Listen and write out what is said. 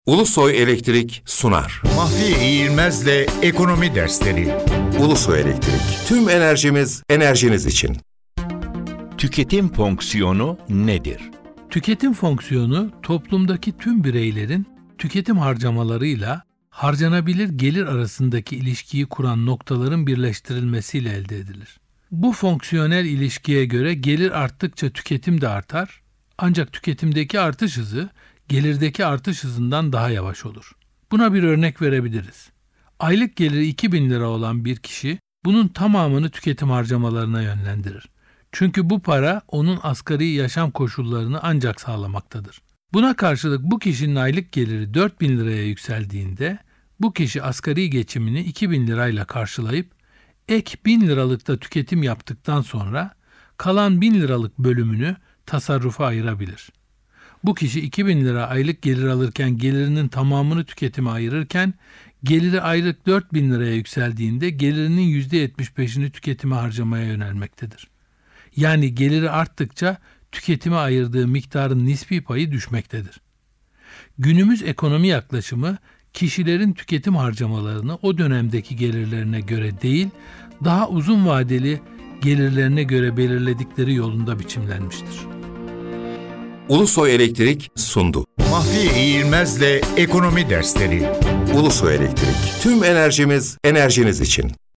Ulusoy Elektrik sunar. Mahfiye İğilmez'le ekonomi dersleri. Ulusoy Elektrik. Tüm enerjimiz enerjiniz için. Tüketim fonksiyonu nedir? Tüketim fonksiyonu, toplumdaki tüm bireylerin tüketim harcamalarıyla harcanabilir gelir arasındaki ilişkiyi kuran noktaların birleştirilmesiyle elde edilir. Bu fonksiyonel ilişkiye göre gelir arttıkça tüketim de artar, ancak tüketimdeki artış hızı gelirdeki artış hızından daha yavaş olur. Buna bir örnek verebiliriz. Aylık geliri 2.000 lira olan bir kişi bunun tamamını tüketim harcamalarına yönlendirir. Çünkü bu para onun asgari yaşam koşullarını ancak sağlamaktadır. Buna karşılık bu kişinin aylık geliri 4.000 liraya yükseldiğinde bu kişi asgari geçimini 2.000 lirayla karşılayıp ek 1.000 liralık da tüketim yaptıktan sonra kalan 1.000 liralık bölümünü tasarrufa ayırabilir. Bu kişi 2.000 lira aylık gelir alırken gelirinin tamamını tüketime ayırırken geliri aylık 4.000 liraya yükseldiğinde gelirinin %75'ini tüketime harcamaya yönelmektedir. Yani geliri arttıkça tüketime ayırdığı miktarın nispi payı düşmektedir. Günümüz ekonomi yaklaşımı kişilerin tüketim harcamalarını o dönemdeki gelirlerine göre değil, daha uzun vadeli gelirlerine göre belirledikleri yolunda biçimlenmiştir. Ulusoy Elektrik sundu. Mahfiye İğilmez'le ekonomi dersleri. Ulusoy Elektrik. Tüm enerjimiz enerjiniz için.